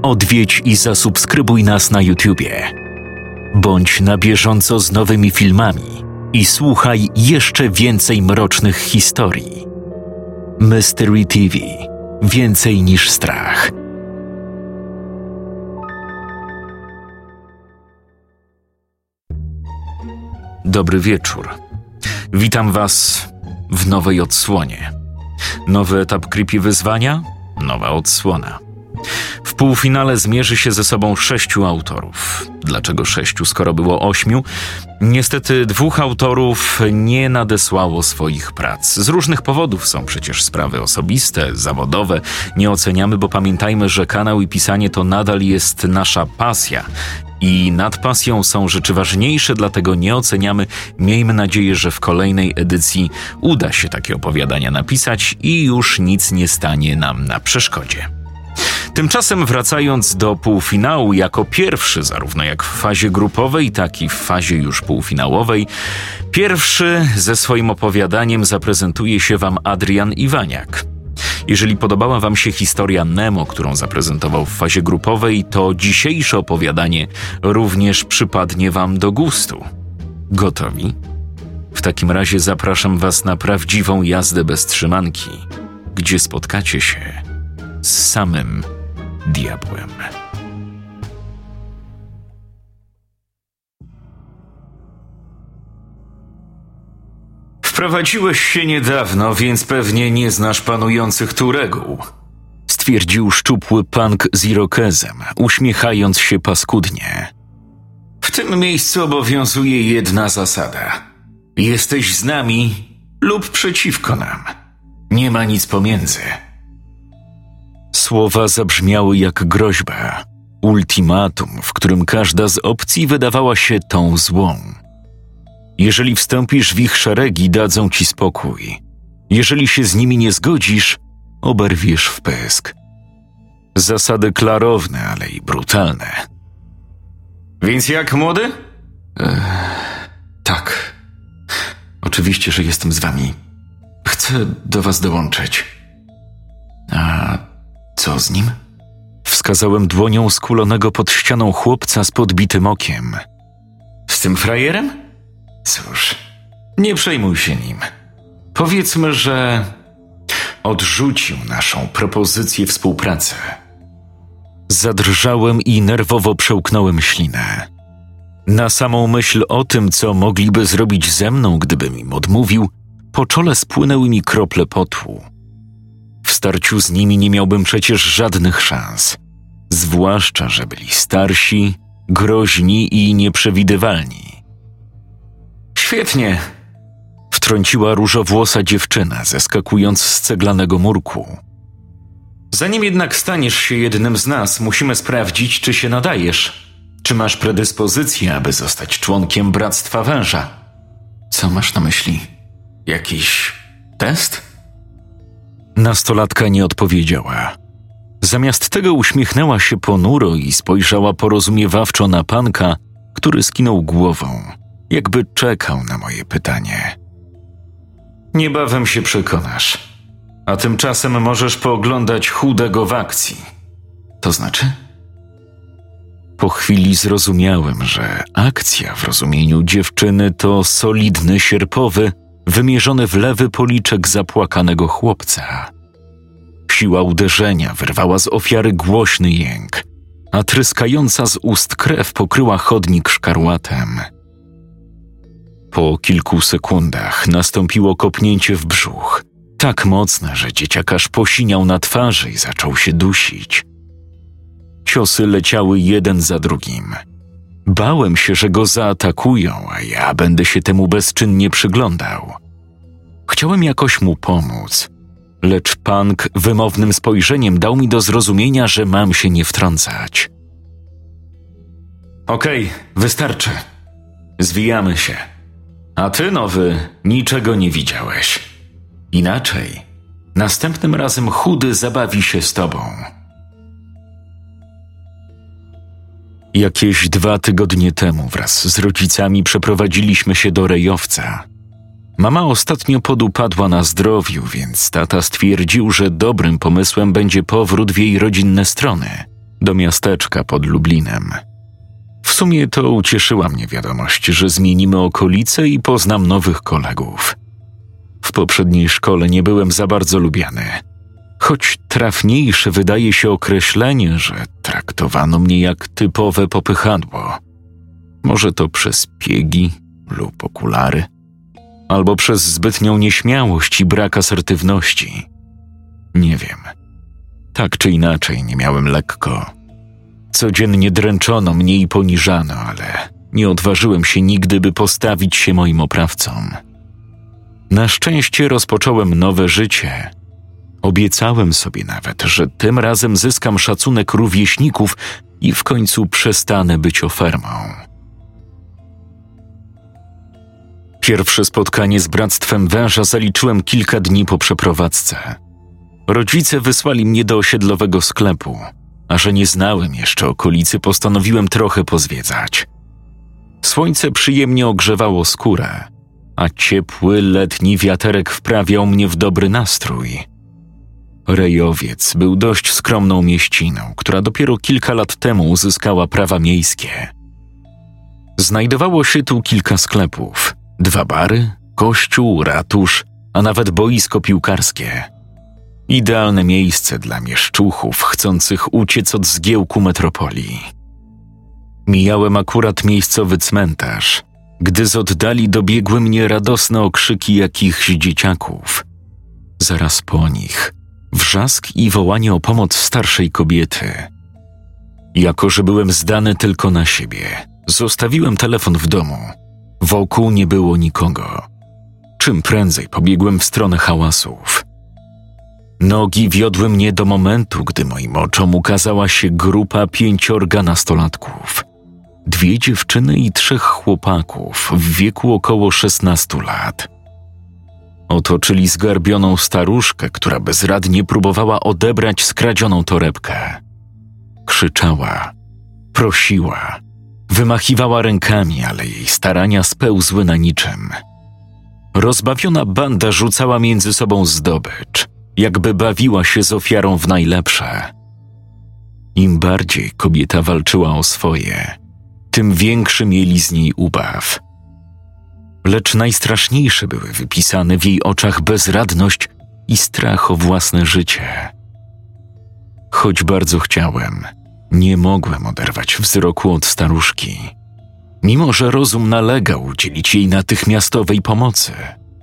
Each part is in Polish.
Odwiedź i zasubskrybuj nas na YouTubie. Bądź na bieżąco z nowymi filmami i słuchaj jeszcze więcej mrocznych historii. Mystery TV. Więcej niż strach. Dobry wieczór. Witam Was w nowej odsłonie. Nowy etap Creepy wyzwania, nowa odsłona. W półfinale zmierzy się ze sobą 6 autorów. Dlaczego 6, skoro było 8? Niestety 2 autorów nie nadesłało swoich prac. Z różnych powodów, są przecież sprawy osobiste, zawodowe. Nie oceniamy, bo pamiętajmy, że kanał i pisanie to nadal jest nasza pasja. I nad pasją są rzeczy ważniejsze, dlatego nie oceniamy. Miejmy nadzieję, że w kolejnej edycji uda się takie opowiadania napisać i już nic nie stanie nam na przeszkodzie. Tymczasem wracając do półfinału, jako pierwszy, zarówno jak w fazie grupowej, tak i w fazie już półfinałowej, pierwszy ze swoim opowiadaniem zaprezentuje się Wam Adrian Iwaniak. Jeżeli podobała Wam się historia Nemo, którą zaprezentował w fazie grupowej, to dzisiejsze opowiadanie również przypadnie Wam do gustu. Gotowi? W takim razie zapraszam Was na prawdziwą jazdę bez trzymanki, gdzie spotkacie się z samym diabłem. Wprowadziłeś się niedawno, więc pewnie nie znasz panujących tu reguł, stwierdził szczupły punk z irokezem, uśmiechając się paskudnie. W tym miejscu obowiązuje jedna zasada. Jesteś z nami lub przeciwko nam. Nie ma nic pomiędzy. Słowa zabrzmiały jak groźba, ultimatum, w którym każda z opcji wydawała się tą złą. Jeżeli wstąpisz w ich szeregi, dadzą ci spokój. Jeżeli się z nimi nie zgodzisz, oberwiesz w pysk. Zasady klarowne, ale i brutalne. Więc jak, młody? Tak. Oczywiście, że jestem z wami. Chcę do was dołączyć. A co z nim? Wskazałem dłonią skulonego pod ścianą chłopca z podbitym okiem. Z tym frajerem? Cóż, nie przejmuj się nim. Powiedzmy, że odrzucił naszą propozycję współpracy. Zadrżałem i nerwowo przełknąłem ślinę. Na samą myśl o tym, co mogliby zrobić ze mną, gdybym im odmówił, po czole spłynęły mi krople potu. W starciu z nimi nie miałbym przecież żadnych szans. Zwłaszcza, że byli starsi, groźni i nieprzewidywalni. Świetnie, wtrąciła różowłosa dziewczyna, zeskakując z ceglanego murku. Zanim jednak staniesz się jednym z nas, musimy sprawdzić, czy się nadajesz. Czy masz predyspozycję, aby zostać członkiem Bractwa Węża? Co masz na myśli? Jakiś test? Nastolatka nie odpowiedziała. Zamiast tego uśmiechnęła się ponuro i spojrzała porozumiewawczo na panka, który skinął głową, jakby czekał na moje pytanie. Niebawem się przekonasz. A tymczasem możesz pooglądać chudego w akcji. To znaczy? Po chwili zrozumiałem, że akcja w rozumieniu dziewczyny to solidny sierpowy, wymierzony w lewy policzek zapłakanego chłopca. Siła uderzenia wyrwała z ofiary głośny jęk, a tryskająca z ust krew pokryła chodnik szkarłatem. Po kilku sekundach nastąpiło kopnięcie w brzuch, tak mocne, że dzieciakarz posiniał na twarzy i zaczął się dusić. Ciosy leciały jeden za drugim. Bałem się, że go zaatakują, a ja będę się temu bezczynnie przyglądał. Chciałem jakoś mu pomóc, lecz punk wymownym spojrzeniem dał mi do zrozumienia, że mam się nie wtrącać. Okej, wystarczy. Zwijamy się. A ty, nowy, niczego nie widziałeś. Inaczej, następnym razem chudy zabawi się z tobą. Jakieś 2 tygodnie temu wraz z rodzicami przeprowadziliśmy się do Rejowca. Mama ostatnio podupadła na zdrowiu, więc tata stwierdził, że dobrym pomysłem będzie powrót w jej rodzinne strony. do miasteczka pod Lublinem. W sumie to ucieszyła mnie wiadomość, że zmienimy okolice i poznam nowych kolegów. W poprzedniej szkole nie byłem za bardzo lubiany, choć trafniejsze wydaje się określenie, że traktowano mnie jak typowe popychadło. Może to przez piegi lub okulary, albo przez zbytnią nieśmiałość i brak asertywności. Nie wiem. Tak czy inaczej nie miałem lekko. Codziennie dręczono mnie i poniżano, ale nie odważyłem się nigdy, by postawić się moim oprawcom. Na szczęście rozpocząłem nowe życie. Obiecałem sobie nawet, że tym razem zyskam szacunek rówieśników i w końcu przestanę być ofermą. Pierwsze spotkanie z Bractwem Węża zaliczyłem kilka dni po przeprowadzce. Rodzice wysłali mnie do osiedlowego sklepu, a że nie znałem jeszcze okolicy, postanowiłem trochę pozwiedzać. Słońce przyjemnie ogrzewało skórę, a ciepły, letni wiaterek wprawiał mnie w dobry nastrój. Rejowiec był dość skromną mieściną, która dopiero kilka lat temu uzyskała prawa miejskie. Znajdowało się tu kilka sklepów, 2 bary, kościół, ratusz, a nawet boisko piłkarskie. Idealne miejsce dla mieszczuchów chcących uciec od zgiełku metropolii. Mijałem akurat miejscowy cmentarz, gdy z oddali dobiegły mnie radosne okrzyki jakichś dzieciaków. Zaraz po nich wrzask i wołanie o pomoc starszej kobiety. Jako że byłem zdany tylko na siebie, zostawiłem telefon w domu. Wokół nie było nikogo. Czym prędzej pobiegłem w stronę hałasów. Nogi wiodły mnie do momentu, gdy moim oczom ukazała się grupa 5 nastolatków. 2 dziewczyny i 3 chłopaków w wieku około 16 lat. Otoczyli zgarbioną staruszkę, która bezradnie próbowała odebrać skradzioną torebkę. Krzyczała, prosiła, wymachiwała rękami, ale jej starania spełzły na niczym. Rozbawiona banda rzucała między sobą zdobycz, jakby bawiła się z ofiarą w najlepsze. Im bardziej kobieta walczyła o swoje, tym większy mieli z niej ubaw. Lecz najstraszniejsze były wypisane w jej oczach bezradność i strach o własne życie. Choć bardzo chciałem, nie mogłem oderwać wzroku od staruszki, mimo że rozum nalegał udzielić jej natychmiastowej pomocy.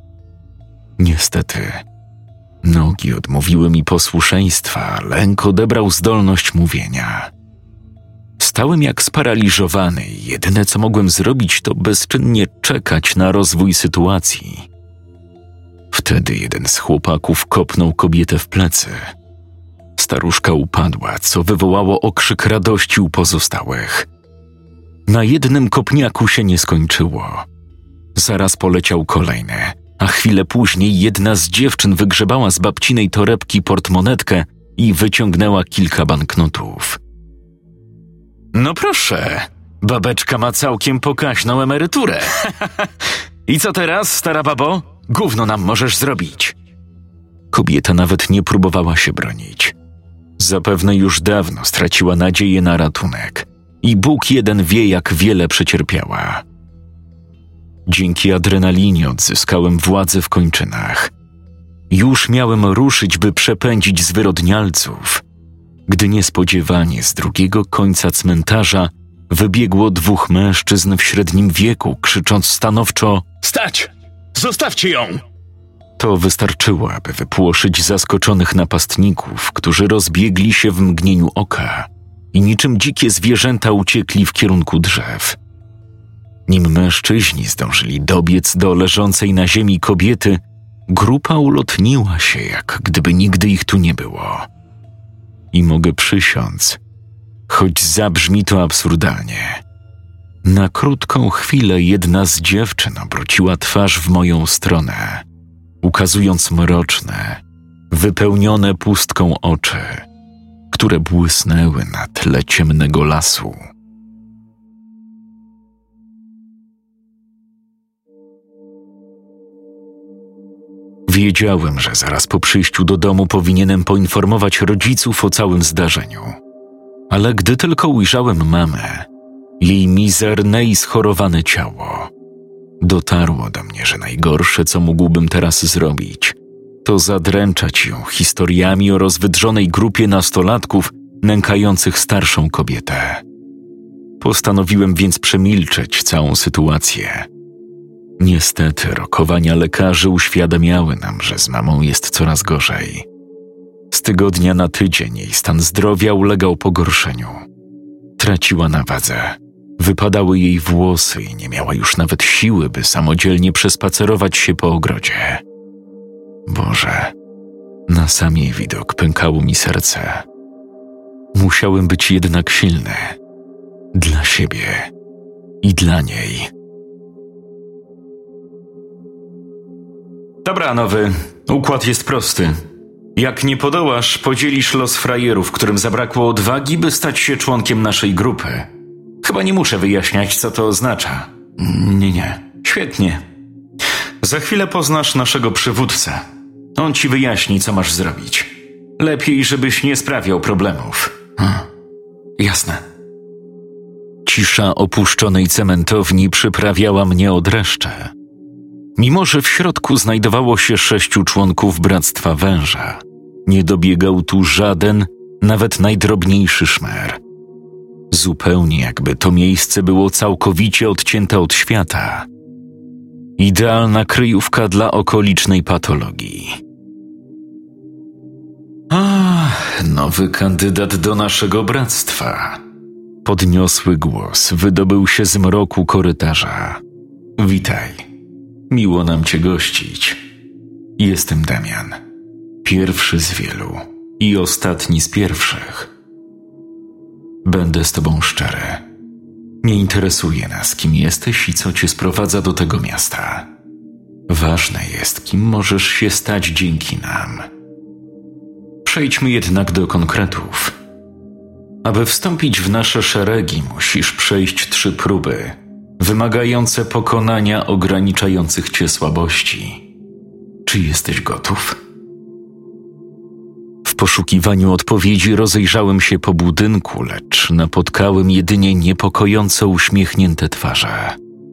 Niestety, nogi odmówiły mi posłuszeństwa, a lęk odebrał zdolność mówienia. Stałem jak sparaliżowany i jedyne co mogłem zrobić, to bezczynnie czekać na rozwój sytuacji. Wtedy jeden z chłopaków kopnął kobietę w plecy. Staruszka upadła, co wywołało okrzyk radości u pozostałych. Na jednym kopniaku się nie skończyło. Zaraz poleciał kolejny, a chwilę później jedna z dziewczyn wygrzebała z babcinej torebki portmonetkę i wyciągnęła kilka banknotów. No proszę, babeczka ma całkiem pokaźną emeryturę. I co teraz, stara babo? Gówno nam możesz zrobić. Kobieta nawet nie próbowała się bronić. Zapewne już dawno straciła nadzieję na ratunek i Bóg jeden wie, jak wiele przecierpiała. Dzięki adrenalinie odzyskałem władzę w kończynach. Już miałem ruszyć, by przepędzić zwyrodnialców, gdy niespodziewanie z drugiego końca cmentarza wybiegło 2 mężczyzn w średnim wieku, krzycząc stanowczo: „Stać! Zostawcie ją!” To wystarczyło, aby wypłoszyć zaskoczonych napastników, którzy rozbiegli się w mgnieniu oka i niczym dzikie zwierzęta uciekli w kierunku drzew. Nim mężczyźni zdążyli dobiec do leżącej na ziemi kobiety, grupa ulotniła się, jak gdyby nigdy ich tu nie było. I mogę przysiąc, choć zabrzmi to absurdalnie, na krótką chwilę jedna z dziewczyn obróciła twarz w moją stronę, ukazując mroczne, wypełnione pustką oczy, które błysnęły na tle ciemnego lasu. Wiedziałem, że zaraz po przyjściu do domu powinienem poinformować rodziców o całym zdarzeniu. Ale gdy tylko ujrzałem mamę, jej mizerne i schorowane ciało, dotarło do mnie, że najgorsze, co mógłbym teraz zrobić, to zadręczać ją historiami o rozwydrzonej grupie nastolatków nękających starszą kobietę. Postanowiłem więc przemilczeć całą sytuację. Niestety rokowania lekarzy uświadamiały nam, że z mamą jest coraz gorzej. Z tygodnia na tydzień jej stan zdrowia ulegał pogorszeniu. Traciła na wadze, wypadały jej włosy i nie miała już nawet siły, by samodzielnie przespacerować się po ogrodzie. Boże, na sam jej widok pękało mi serce. Musiałem być jednak silny. Dla siebie i dla niej. Dobra, nowy. Układ jest prosty. Jak nie podołasz, podzielisz los frajerów, którym zabrakło odwagi, by stać się członkiem naszej grupy. Chyba nie muszę wyjaśniać, co to oznacza. Nie. Świetnie. Za chwilę poznasz naszego przywódcę. On ci wyjaśni, co masz zrobić. Lepiej, żebyś nie sprawiał problemów. Jasne. Cisza opuszczonej cementowni przyprawiała mnie o dreszcze. Mimo że w środku znajdowało się 6 członków Bractwa Węża, nie dobiegał tu żaden, nawet najdrobniejszy szmer. Zupełnie jakby to miejsce było całkowicie odcięte od świata. Idealna kryjówka dla okolicznej patologii. Nowy kandydat do naszego bractwa. Podniosły głos wydobył się z mroku korytarza. Witaj. Miło nam cię gościć. Jestem Damian. Pierwszy z wielu i ostatni z pierwszych. Będę z tobą szczery. Nie interesuje nas, kim jesteś i co cię sprowadza do tego miasta. Ważne jest, kim możesz się stać dzięki nam. Przejdźmy jednak do konkretów. Aby wstąpić w nasze szeregi, musisz przejść 3 próby, wymagające pokonania ograniczających cię słabości. Czy jesteś gotów? W poszukiwaniu odpowiedzi rozejrzałem się po budynku, lecz napotkałem jedynie niepokojąco uśmiechnięte twarze.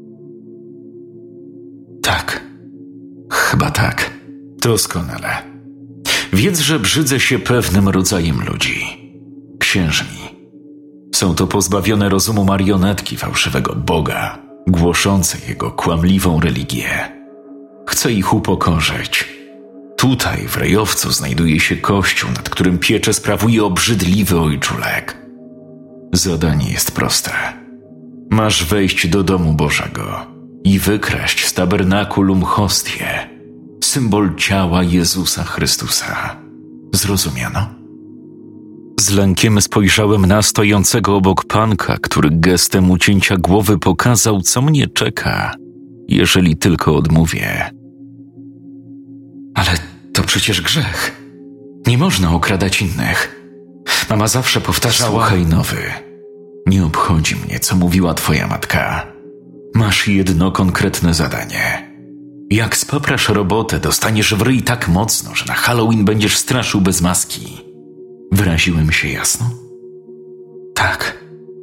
Tak. Chyba tak. Doskonale. Wiedz, że brzydzę się pewnym rodzajem ludzi. Księżmi. Są to pozbawione rozumu marionetki fałszywego Boga, głoszące jego kłamliwą religię. Chcę ich upokorzyć. Tutaj, w Rejowcu, znajduje się kościół, nad którym pieczę sprawuje obrzydliwy ojczulek. Zadanie jest proste. Masz wejść do domu Bożego i wykraść z tabernakulum hostię, symbol ciała Jezusa Chrystusa. Zrozumiano? Z lękiem spojrzałem na stojącego obok panka, który gestem ucięcia głowy pokazał, co mnie czeka, jeżeli tylko odmówię. Ale to przecież grzech. Nie można okradać innych. Mama zawsze powtarzała... Słuchaj, nowy. Nie obchodzi mnie, co mówiła twoja matka. Masz jedno konkretne zadanie. Jak spaprasz robotę, dostaniesz w ryj tak mocno, że na Halloween będziesz straszył bez maski. Wyraziłem się jasno? Tak.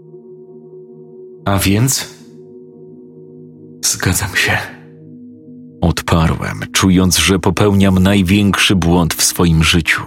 A więc? Zgadzam się. Odparłem, czując, że popełniam największy błąd w swoim życiu.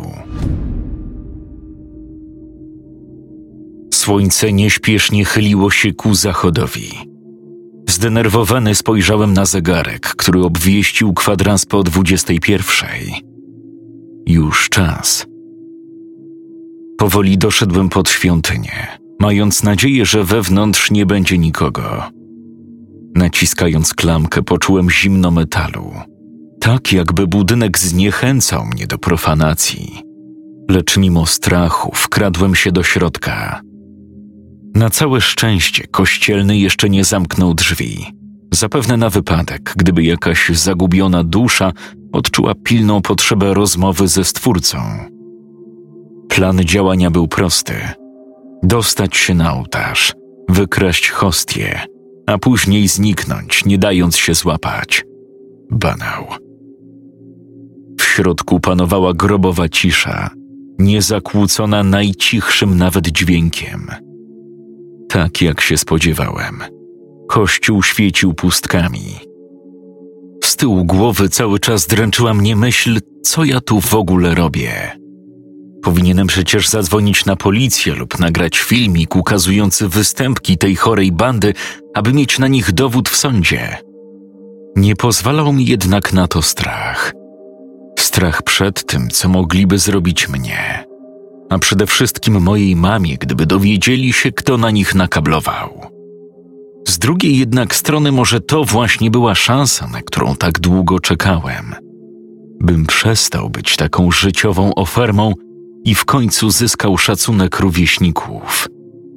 Słońce nieśpiesznie chyliło się ku zachodowi. Zdenerwowany spojrzałem na zegarek, który obwieścił kwadrans po 21:00. Już czas. Powoli doszedłem pod świątynię, mając nadzieję, że wewnątrz nie będzie nikogo. Naciskając klamkę, poczułem zimno metalu. Tak jakby budynek zniechęcał mnie do profanacji. Lecz mimo strachu wkradłem się do środka. Na całe szczęście kościelny jeszcze nie zamknął drzwi. Zapewne na wypadek, gdyby jakaś zagubiona dusza odczuła pilną potrzebę rozmowy ze Stwórcą. Plan działania był prosty. Dostać się na ołtarz, wykraść hostię, a później zniknąć, nie dając się złapać. Banał. W środku panowała grobowa cisza, niezakłócona najcichszym nawet dźwiękiem. Tak jak się spodziewałem, kościół świecił pustkami. Z tyłu głowy cały czas dręczyła mnie myśl, co ja tu w ogóle robię. Powinienem przecież zadzwonić na policję lub nagrać filmik ukazujący występki tej chorej bandy, aby mieć na nich dowód w sądzie. Nie pozwalał mi jednak na to strach. Strach przed tym, co mogliby zrobić mnie, a przede wszystkim mojej mamie, gdyby dowiedzieli się, kto na nich nakablował. Z drugiej jednak strony może to właśnie była szansa, na którą tak długo czekałem. Bym przestał być taką życiową ofermą i w końcu zyskał szacunek rówieśników.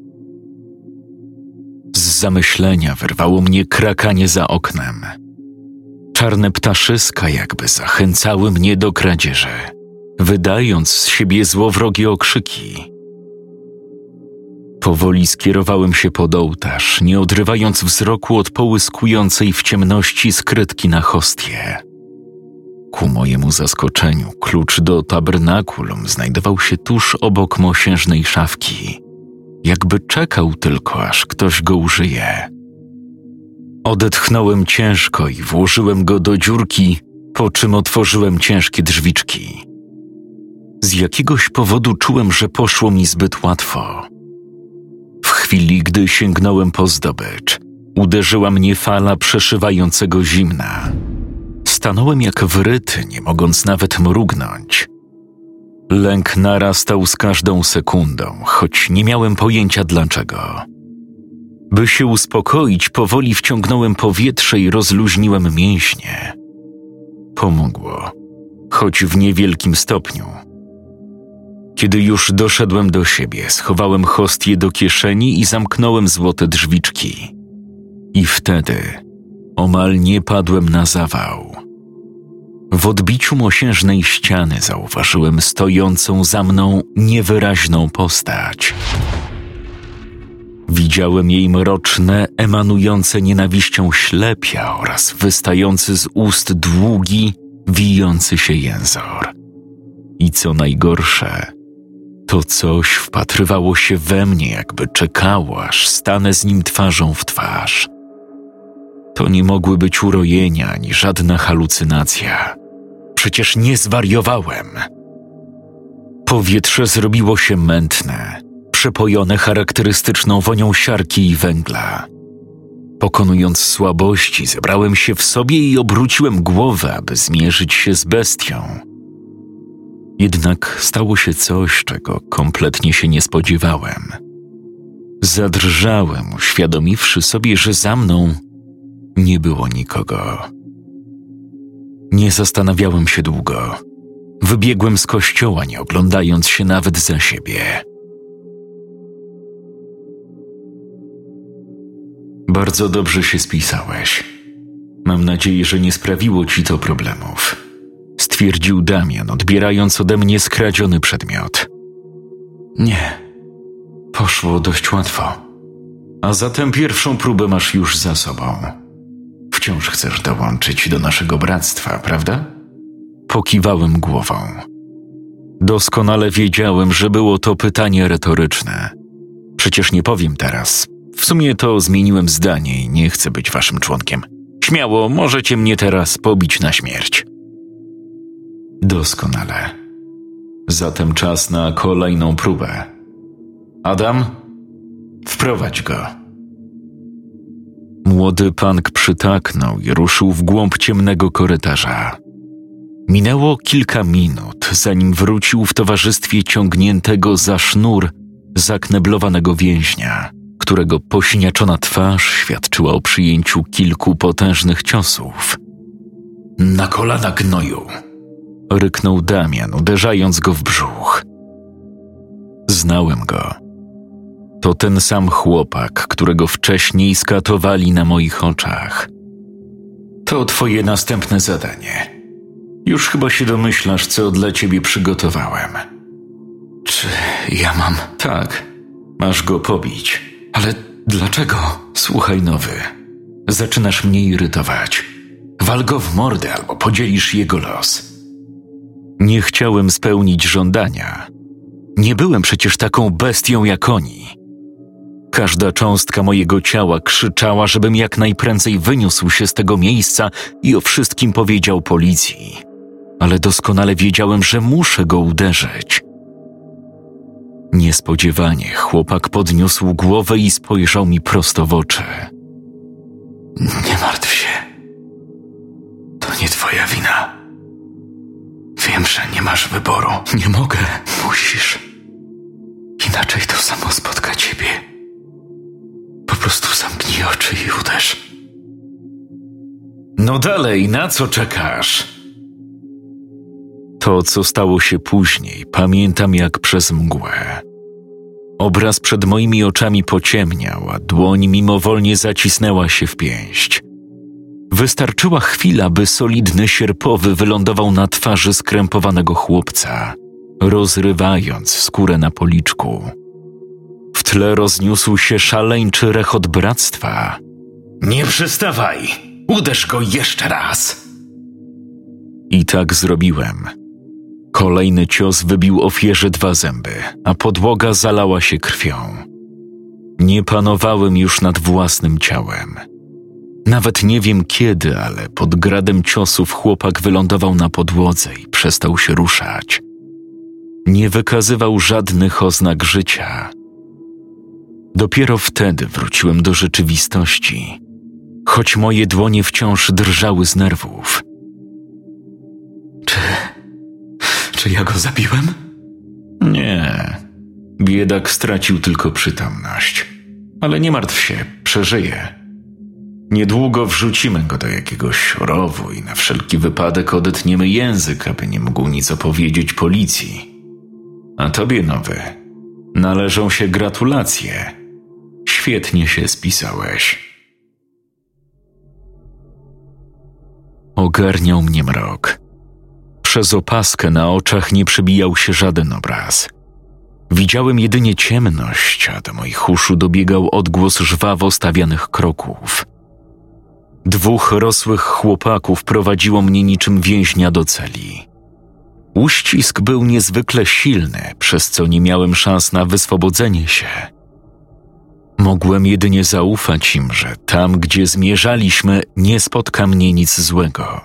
Z zamyślenia wyrwało mnie krakanie za oknem. Czarne ptaszyska jakby zachęcały mnie do kradzieży, wydając z siebie złowrogie okrzyki. Powoli skierowałem się pod ołtarz, nie odrywając wzroku od połyskującej w ciemności skrytki na hostię. Ku mojemu zaskoczeniu klucz do tabernakulum znajdował się tuż obok mosiężnej szafki, jakby czekał tylko, aż ktoś go użyje. Odetchnąłem ciężko i włożyłem go do dziurki, po czym otworzyłem ciężkie drzwiczki. Z jakiegoś powodu czułem, że poszło mi zbyt łatwo. W chwili, gdy sięgnąłem po zdobycz, uderzyła mnie fala przeszywającego zimna. Stanąłem jak wryty, nie mogąc nawet mrugnąć. Lęk narastał z każdą sekundą, choć nie miałem pojęcia dlaczego. By się uspokoić, powoli wciągnąłem powietrze i rozluźniłem mięśnie. Pomogło, choć w niewielkim stopniu. Kiedy już doszedłem do siebie, schowałem hostię do kieszeni i zamknąłem złote drzwiczki. I wtedy omal nie padłem na zawał. W odbiciu mosiężnej ściany zauważyłem stojącą za mną niewyraźną postać. Widziałem jej mroczne, emanujące nienawiścią ślepia oraz wystający z ust długi, wijący się jęzor. I co najgorsze, to coś wpatrywało się we mnie, jakby czekało, aż stanę z nim twarzą w twarz. To nie mogły być urojenia ani żadna halucynacja. Przecież nie zwariowałem. Powietrze zrobiło się mętne, przepojone charakterystyczną wonią siarki i węgla. Pokonując słabości, zebrałem się w sobie i obróciłem głowę, aby zmierzyć się z bestią. Jednak stało się coś, czego kompletnie się nie spodziewałem. Zadrżałem, uświadomiwszy sobie, że za mną nie było nikogo. Nie zastanawiałem się długo. Wybiegłem z kościoła, nie oglądając się nawet za siebie. Bardzo dobrze się spisałeś. Mam nadzieję, że nie sprawiło ci to problemów, stwierdził Damian, odbierając ode mnie skradziony przedmiot. Nie, poszło dość łatwo. A zatem pierwszą próbę masz już za sobą. Wciąż chcesz dołączyć do naszego bractwa, prawda? Pokiwałem głową. Doskonale wiedziałem, że było to pytanie retoryczne. Przecież nie powiem teraz. W sumie to zmieniłem zdanie i nie chcę być waszym członkiem. Śmiało, możecie mnie teraz pobić na śmierć. Doskonale. Zatem czas na kolejną próbę. Adam, wprowadź go. Młody Punk przytaknął i ruszył w głąb ciemnego korytarza. Minęło kilka minut, zanim wrócił w towarzystwie ciągniętego za sznur zakneblowanego więźnia, którego posiniaczona twarz świadczyła o przyjęciu kilku potężnych ciosów. Na kolana, gnoju! Ryknął Damian, uderzając go w brzuch. Znałem go. To ten sam chłopak, którego wcześniej skatowali na moich oczach. To twoje następne zadanie. Już chyba się domyślasz, co dla ciebie przygotowałem. Czy ja mam? Tak, masz go pobić. Ale dlaczego? Słuchaj, nowy. Zaczynasz mnie irytować. Wal go w mordę albo podzielisz jego los. Nie chciałem spełnić żądania, Nie byłem przecież taką bestią jak oni. Każda cząstka mojego ciała krzyczała, żebym jak najprędzej wyniósł się z tego miejsca i o wszystkim powiedział policji. Ale doskonale wiedziałem, że muszę go uderzyć. Niespodziewanie chłopak podniósł głowę i spojrzał mi prosto w oczy. Nie martw się. To nie twoja wina. Wiem, że nie masz wyboru. Nie mogę. Musisz. Inaczej to samo spotka ciebie. Po prostu zamknij oczy i uderz. No dalej, na co czekasz? To, co stało się później, pamiętam jak przez mgłę. Obraz przed moimi oczami pociemniał, a dłoń mimowolnie zacisnęła się w pięść. Wystarczyła chwila, by solidny sierpowy wylądował na twarzy skrępowanego chłopca, rozrywając skórę na policzku. W tle rozniósł się szaleńczy rechot bractwa. Nie przestawaj! Uderz go jeszcze raz! I tak zrobiłem. Kolejny cios wybił ofierze 2 zęby, a podłoga zalała się krwią. Nie panowałem już nad własnym ciałem. Nawet nie wiem kiedy, ale pod gradem ciosów chłopak wylądował na podłodze i przestał się ruszać. Nie wykazywał żadnych oznak życia. Dopiero wtedy wróciłem do rzeczywistości, choć moje dłonie wciąż drżały z nerwów. Czy ja go zabiłem? Nie. Biedak stracił tylko przytomność. Ale nie martw się, przeżyje. Niedługo wrzucimy go do jakiegoś rowu i na wszelki wypadek odetniemy język, aby nie mógł nic opowiedzieć policji. A tobie, nowy, należą się gratulacje. Świetnie się spisałeś. Ogarniał mnie mrok. Przez opaskę na oczach nie przebijał się żaden obraz. Widziałem jedynie ciemność, a do moich uszu dobiegał odgłos żwawo stawianych kroków. 2 rosłych chłopaków prowadziło mnie niczym więźnia do celi. Uścisk był niezwykle silny, przez co nie miałem szans na wyswobodzenie się. Mogłem jedynie zaufać im, że tam, gdzie zmierzaliśmy, nie spotka mnie nic złego.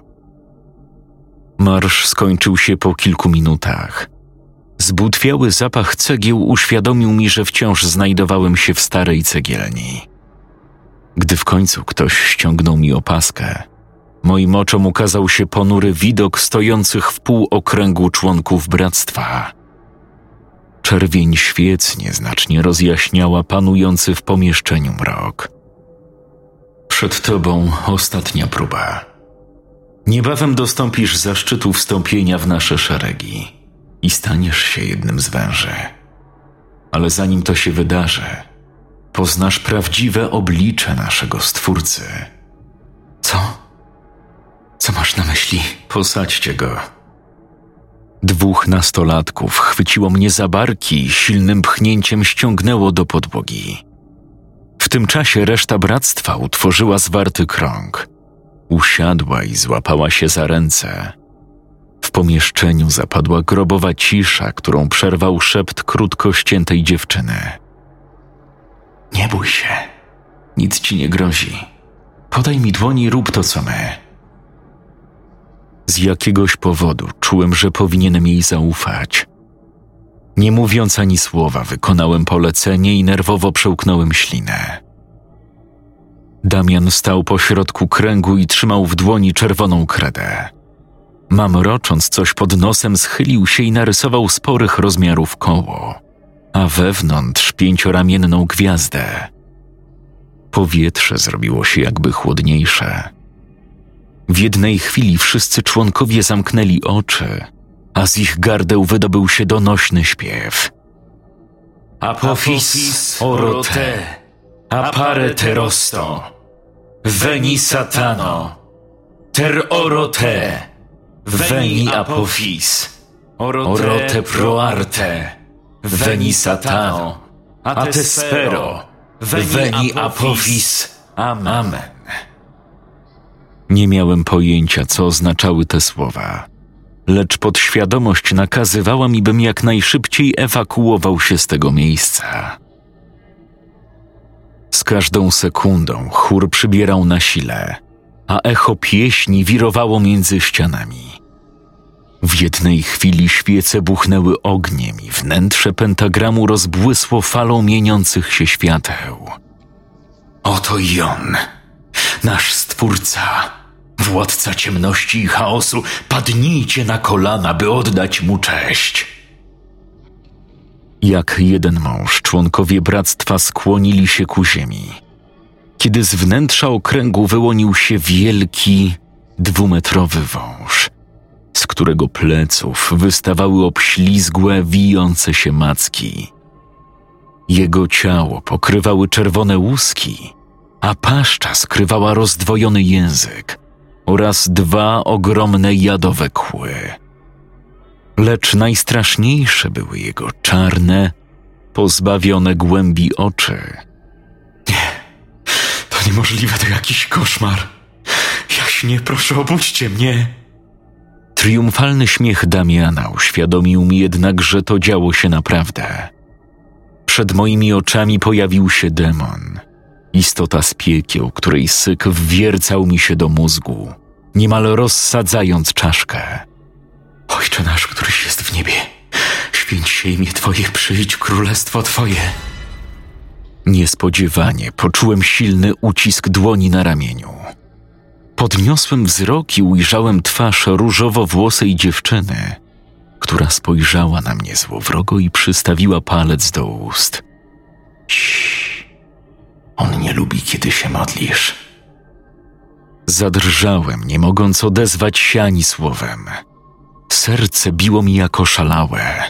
Marsz skończył się po kilku minutach. Zbutwiały zapach cegieł uświadomił mi, że wciąż znajdowałem się w starej cegielni. Gdy w końcu ktoś ściągnął mi opaskę, moim oczom ukazał się ponury widok stojących w półokręgu członków bractwa. Czerwień świec nieznacznie rozjaśniała panujący w pomieszczeniu mrok. Przed tobą ostatnia próba. Niebawem dostąpisz zaszczytu wstąpienia w nasze szeregi i staniesz się jednym z węży. Ale zanim to się wydarzy, poznasz prawdziwe oblicze naszego Stwórcy. Co? Co masz na myśli? Posadźcie go. 2 nastolatków chwyciło mnie za barki i silnym pchnięciem ściągnęło do podłogi. W tym czasie reszta bractwa utworzyła zwarty krąg. Usiadła i złapała się za ręce. W pomieszczeniu zapadła grobowa cisza, którą przerwał szept krótko ściętej dziewczyny. Nie bój się. Nic ci nie grozi. Podaj mi dłoń i rób to, co my. Z jakiegoś powodu czułem, że powinienem jej zaufać. Nie mówiąc ani słowa, wykonałem polecenie i nerwowo przełknąłem ślinę. Damian stał pośrodku kręgu i trzymał w dłoni czerwoną kredę. Mamrocząc coś pod nosem, schylił się i narysował sporych rozmiarów koło, a wewnątrz 5-ramienną gwiazdę. Powietrze zrobiło się jakby chłodniejsze. W jednej chwili wszyscy członkowie zamknęli oczy, a z ich gardeł wydobył się donośny śpiew. Apophis orote, appare terosto, veni satano, ter orote, veni apophis, orote proarte, veni satano, ate spero, veni apophis, amen. Nie miałem pojęcia, co oznaczały te słowa. lecz podświadomość nakazywała mi, bym jak najszybciej ewakuował się z tego miejsca. Z każdą sekundą chór przybierał na sile, a echo pieśni wirowało między ścianami. W jednej chwili świece buchnęły ogniem i wnętrze pentagramu rozbłysło falą mieniących się świateł. Oto i on, nasz Stwórca, władca ciemności i chaosu, padnijcie na kolana, by oddać mu cześć. Jak jeden mąż członkowie bractwa skłonili się ku ziemi, kiedy z wnętrza okręgu wyłonił się wielki, 2-metrowy wąż, z którego pleców wystawały obślizgłe, wijące się macki. Jego ciało pokrywały czerwone łuski, a paszcza skrywała rozdwojony język oraz 2 ogromne jadowe kły. Lecz najstraszniejsze były jego czarne, pozbawione głębi oczy. Nie, to niemożliwe, to jakiś koszmar. Jaśnie, proszę, obudźcie mnie. Triumfalny śmiech Damiana uświadomił mi jednak, że to działo się naprawdę. Przed moimi oczami pojawił się demon. Istota z piekieł, której syk wwiercał mi się do mózgu, niemal rozsadzając czaszkę. Ojcze nasz, któryś jest w niebie, święć się imię Twoje, przyjdź królestwo Twoje. Niespodziewanie poczułem silny ucisk dłoni na ramieniu. Podniosłem wzrok i ujrzałem twarz różowo-włosej dziewczyny, która spojrzała na mnie złowrogo i przystawiła palec do ust. Ciii, on nie lubi, kiedy się modlisz. Zadrżałem, nie mogąc odezwać się ani słowem. Serce biło mi jako szalałe.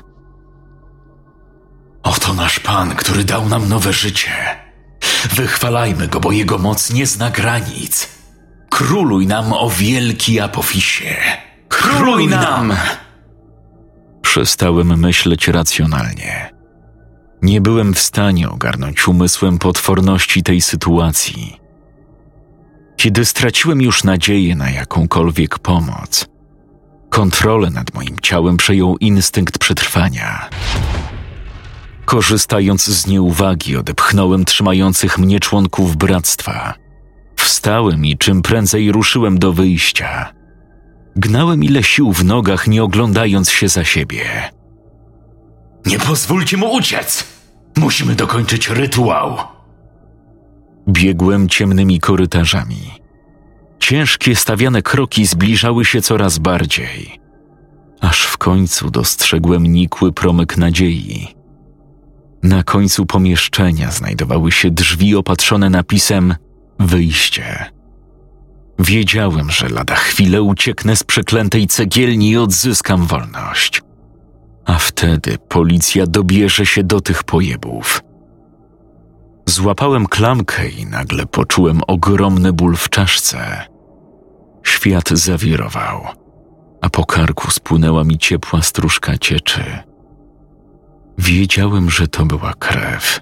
Oto nasz Pan, który dał nam nowe życie. Wychwalajmy Go, bo Jego moc nie zna granic. Króluj nam, o wielki Apofisie. Króluj nam! Przestałem myśleć racjonalnie. Nie byłem w stanie ogarnąć umysłem potworności tej sytuacji. Kiedy straciłem już nadzieję na jakąkolwiek pomoc, kontrolę nad moim ciałem przejął instynkt przetrwania. Korzystając z nieuwagi, odepchnąłem trzymających mnie członków bractwa. Wstałem i czym prędzej ruszyłem do wyjścia. Gnałem ile sił w nogach, nie oglądając się za siebie. Nie pozwólcie mu uciec! Musimy dokończyć rytuał! Biegłem ciemnymi korytarzami. Ciężkie stawiane kroki zbliżały się coraz bardziej, aż w końcu dostrzegłem nikły promyk nadziei. Na końcu pomieszczenia znajdowały się drzwi opatrzone napisem „Wyjście”. Wiedziałem, że lada chwilę ucieknę z przeklętej cegielni i odzyskam wolność. A wtedy policja dobierze się do tych pojebów. Złapałem klamkę i nagle poczułem ogromny ból w czaszce. Świat zawirował, a po karku spłynęła mi ciepła stróżka cieczy. Wiedziałem, że to była krew.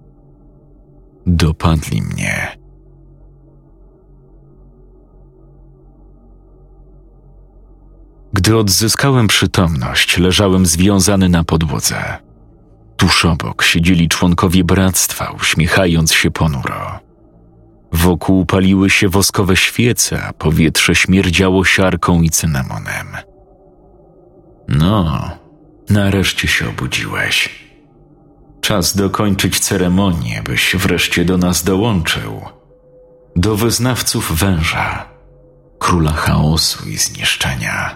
Dopadli mnie. Gdy odzyskałem przytomność, leżałem związany na podłodze. Tuż obok siedzieli członkowie bractwa, uśmiechając się ponuro. Wokół paliły się woskowe świece, a powietrze śmierdziało siarką i cynamonem. No, nareszcie się obudziłeś. Czas dokończyć ceremonię, byś wreszcie do nas dołączył. Do wyznawców węża, króla chaosu i zniszczenia.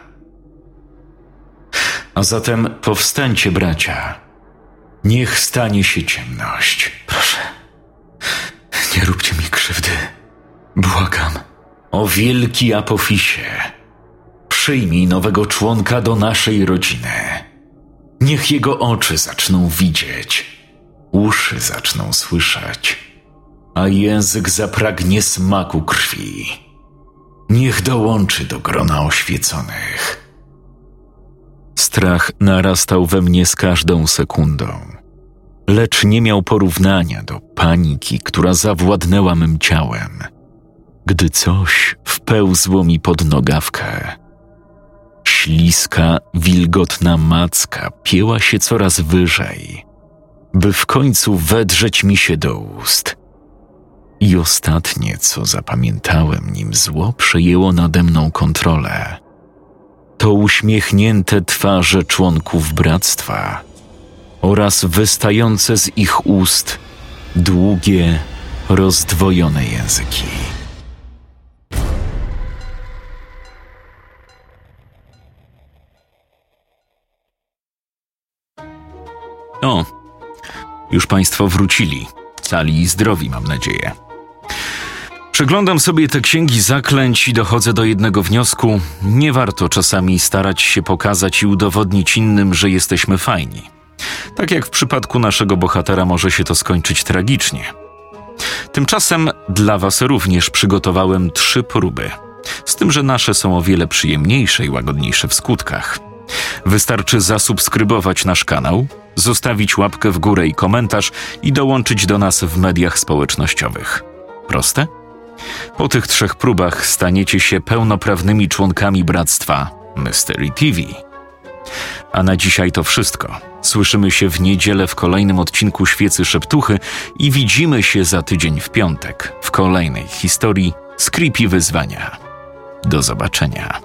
A zatem powstańcie, bracia. Niech stanie się ciemność. Proszę, nie róbcie mi krzywdy. Błagam. O wielki Apofisie, przyjmij nowego członka do naszej rodziny. Niech jego oczy zaczną widzieć, uszy zaczną słyszeć, a język zapragnie smaku krwi. Niech dołączy do grona oświeconych. Strach narastał we mnie z każdą sekundą, lecz nie miał porównania do paniki, która zawładnęła mym ciałem, gdy coś wpełzło mi pod nogawkę. śliska, wilgotna macka pięła się coraz wyżej, by w końcu wedrzeć mi się do ust. I ostatnie, co zapamiętałem, nim zło przejęło nade mną kontrolę, to uśmiechnięte twarze członków bractwa oraz wystające z ich ust długie, rozdwojone języki. O, już państwo wrócili, cali i zdrowi, mam nadzieję. Przeglądam sobie te księgi zaklęć i dochodzę do jednego wniosku: nie warto czasami starać się pokazać i udowodnić innym, że jesteśmy fajni. Tak jak w przypadku naszego bohatera może się to skończyć tragicznie. Tymczasem dla was również przygotowałem 3 próby, z tym, że nasze są o wiele przyjemniejsze i łagodniejsze w skutkach. Wystarczy zasubskrybować nasz kanał, zostawić łapkę w górę i komentarz i dołączyć do nas w mediach społecznościowych. Proste? Po tych 3 próbach staniecie się pełnoprawnymi członkami bractwa Mystery TV. A na dzisiaj to wszystko. Słyszymy się w niedzielę w kolejnym odcinku Świecy Szeptuchy i widzimy się za tydzień w piątek w kolejnej historii z Creepy Wyzwania. Do zobaczenia.